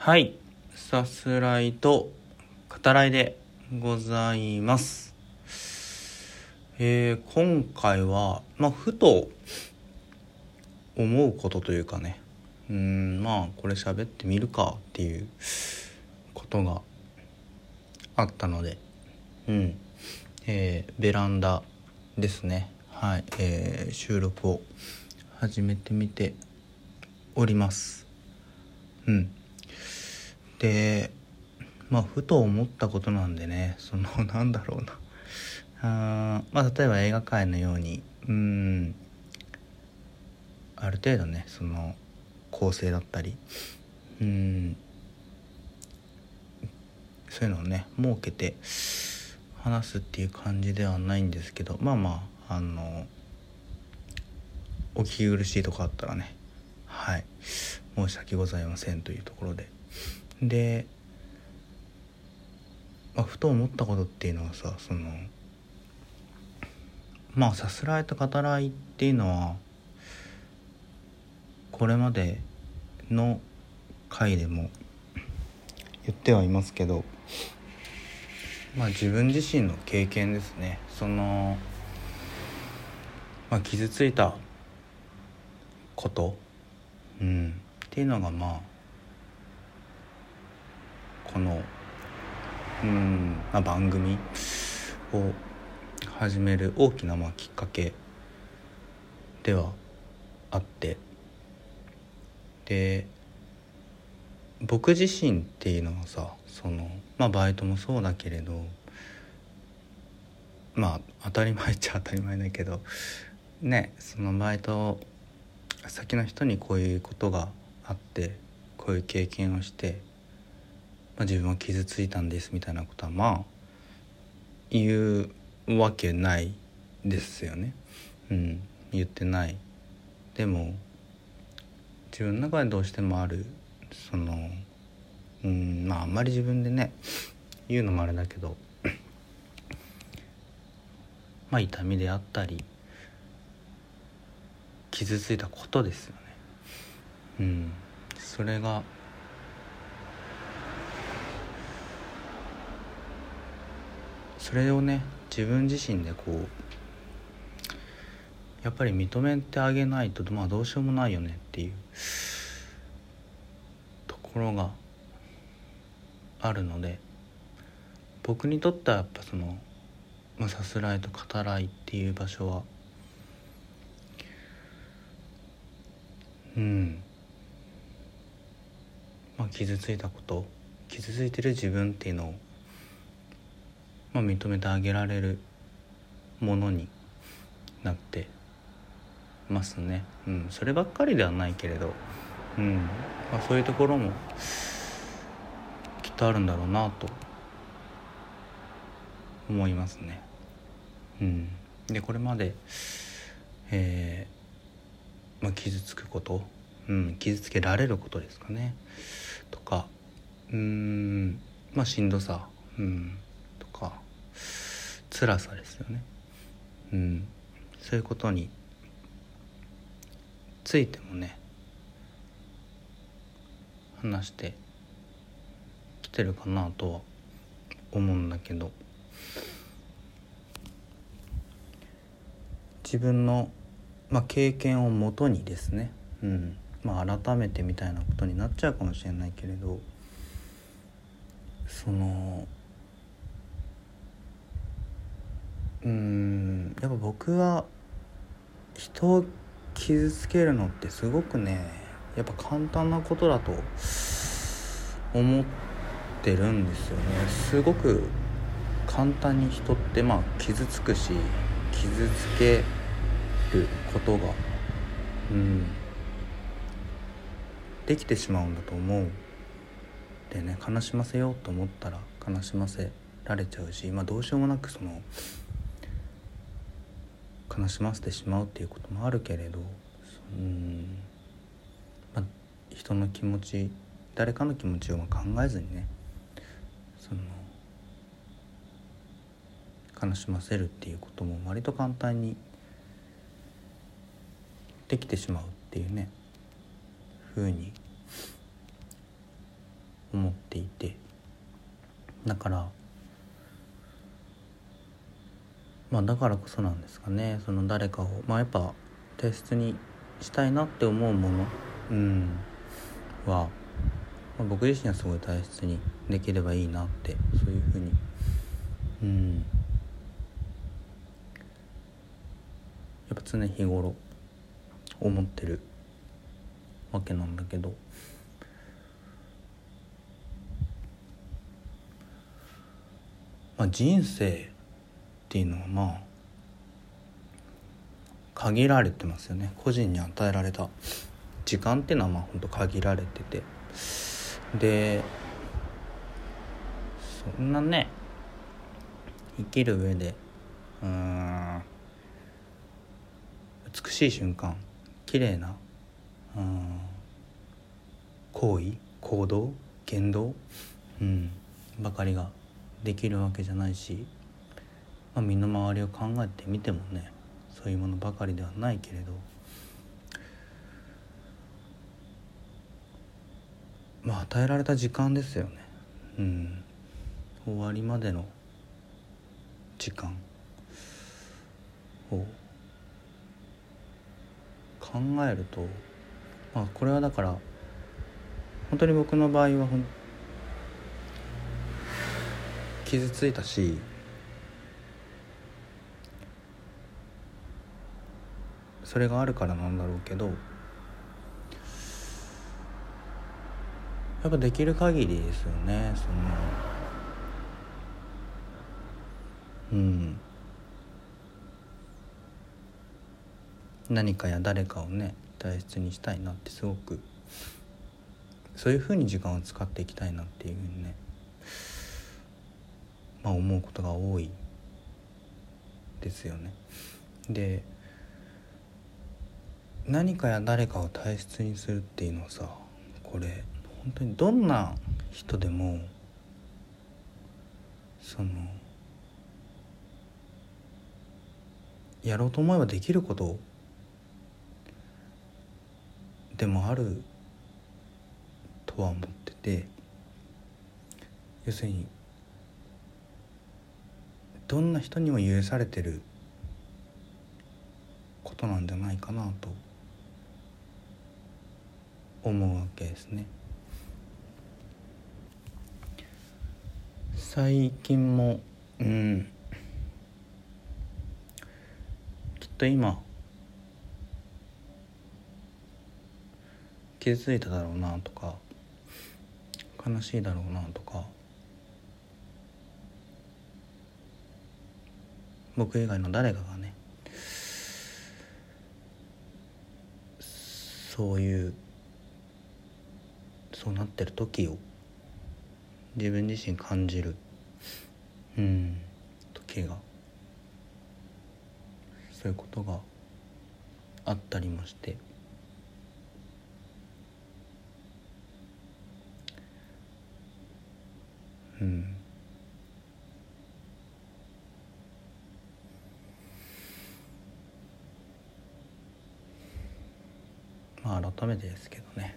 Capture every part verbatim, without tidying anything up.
はい、さすらいと語らいでございます。えー、今回は、まあ、ふと思うことというかね、うーんまあこれ喋ってみるかっていうことがあったので、うんえー、ベランダですね、はい、えー、収録を始めてみております。うんでまあふと思ったことなんでね、そのなんだろうなあまあ例えば映画界のようにうーんある程度ねその構成だったりうーんそういうのをね設けて話すっていう感じではないんですけど、まあまああのお聞き苦しいとこあったらね、はい申し訳ございませんというところでで、まあ、ふと思ったことっていうのはさ、そのまあさすらいと語らいっていうのはこれまでの回でも言ってはいますけど、まあ自分自身の経験ですね。そのまあ傷ついたこと、うん、っていうのがまあこのうん、まあ、番組を始める大きなまあきっかけではあって、で僕自身っていうのはさ、そのまあバイトもそうだけれど、まあ当たり前っちゃ当たり前だけどね、そのバイト先の人にこういうことがあってこういう経験をして、まあ、自分は傷ついたんですみたいなことはまあ言うわけないですよね。うん、言ってない。でも自分の中でどうしてもあるそのうんまああんまり自分でね言うのもあれだけどまあ痛みであったり傷ついたことですよね。うんそれがそれをね自分自身でこうやっぱり認めてあげないと、まあ、どうしようもないよねっていうところがあるので、僕にとってはやっぱその、まあ、さすらいと語らいっていう場所はうんまあ傷ついたこと傷ついてる自分っていうのを、まあ、認めてあげられるものになってますね。うん、そればっかりではないけれど、うんまあ、そういうところもきっとあるんだろうなと思いますね。うん、でこれまで、えーまあ、傷つくこと、うん、傷つけられることですかねとか、うーんまあしんどさ、うん、とか辛さですよね。うん、そういうことについてもね話してきてるかなとは思うんだけど、自分の、まあ、経験をもとにですね、うんまあ、改めてみたいなことになっちゃうかもしれないけれど、そのうーんやっぱ僕は人を傷つけるのってすごくねやっぱ簡単なことだと思ってるんですよね。すごく簡単に人ってまあ傷つくし傷つけることがうんできてしまうんだと思う。でね、悲しませようと思ったら悲しませられちゃうし、まあどうしようもなくその悲しませてしまうっていうこともあるけれど、うん、まあ、人の気持ち誰かの気持ちを考えずにねその悲しませるっていうことも割と簡単にできてしまうっていうね風にだからまあだからこそなんですかね、その誰かをまあやっぱ大切にしたいなって思うもの、うんは、まあ、僕自身はすごい大切にできればいいなって、そういうふうにうんやっぱ常日頃思ってるわけなんだけど、まあ、人生っていうのはまあ限られてますよね。個人に与えられた時間っていうのはまあ本当限られてて、でそんなね生きる上でうーん美しい瞬間、綺麗なうん行為、行動、言動、うん、ばかりができるわけじゃないし、まあ、身の回りを考えてみてもねそういうものばかりではないけれど、まあ与えられた時間ですよね。うん、終わりまでの時間を考えると、まあこれはだから本当に僕の場合はほん傷ついたし、それがあるからなんだろうけど、やっぱできる限りですよね。そのうん何かや誰かをね大切にしたいなって、すごくそういう風に時間を使っていきたいなっていう風にね、まあ思うことが多いですよね。で何かや誰かを大切にするっていうのはさ、これ本当にどんな人でもそのやろうと思えばできることでもあるとは思ってて、要するにどんな人にも許されてることなんじゃないかなと思うわけですね。最近もうんきっと今傷ついただろうなとか悲しいだろうなとか、僕以外の誰かがねそういうそうなってる時を自分自身感じるうん時が、そういうことがあったりもして、うんまあ改めてですけどね、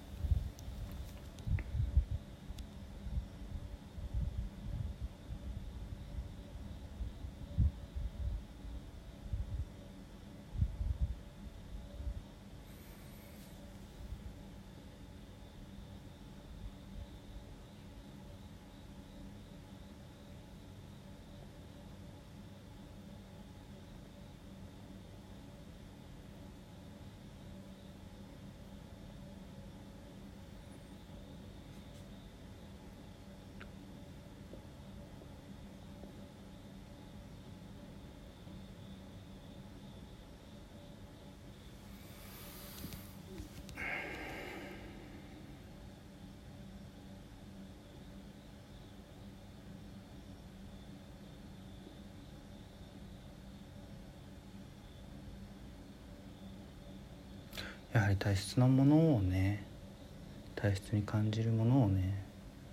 やはり大切なものをね、大切に感じるものをね、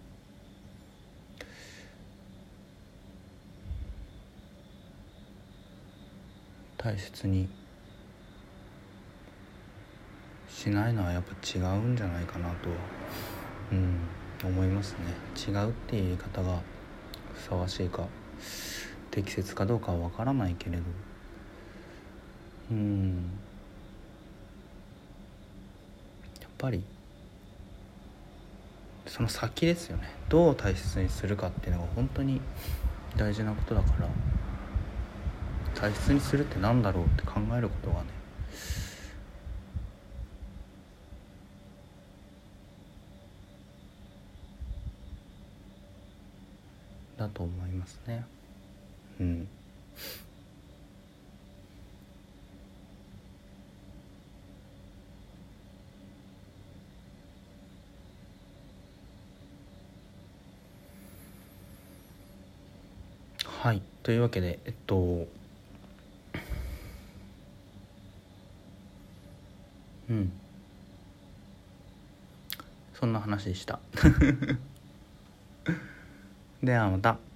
大切にしないのはやっぱ違うんじゃないかなとは、うん、思いますね。違うっていう言い方がふさわしいか適切かどうかはわからないけれど、うんやっぱりその先ですよね。どう大切にするかっていうのが本当に大事なことだから、大切にするってなんだろうって考えることがねだと思いますね。うんはい、というわけでえっとうんそんな話でしたではまた。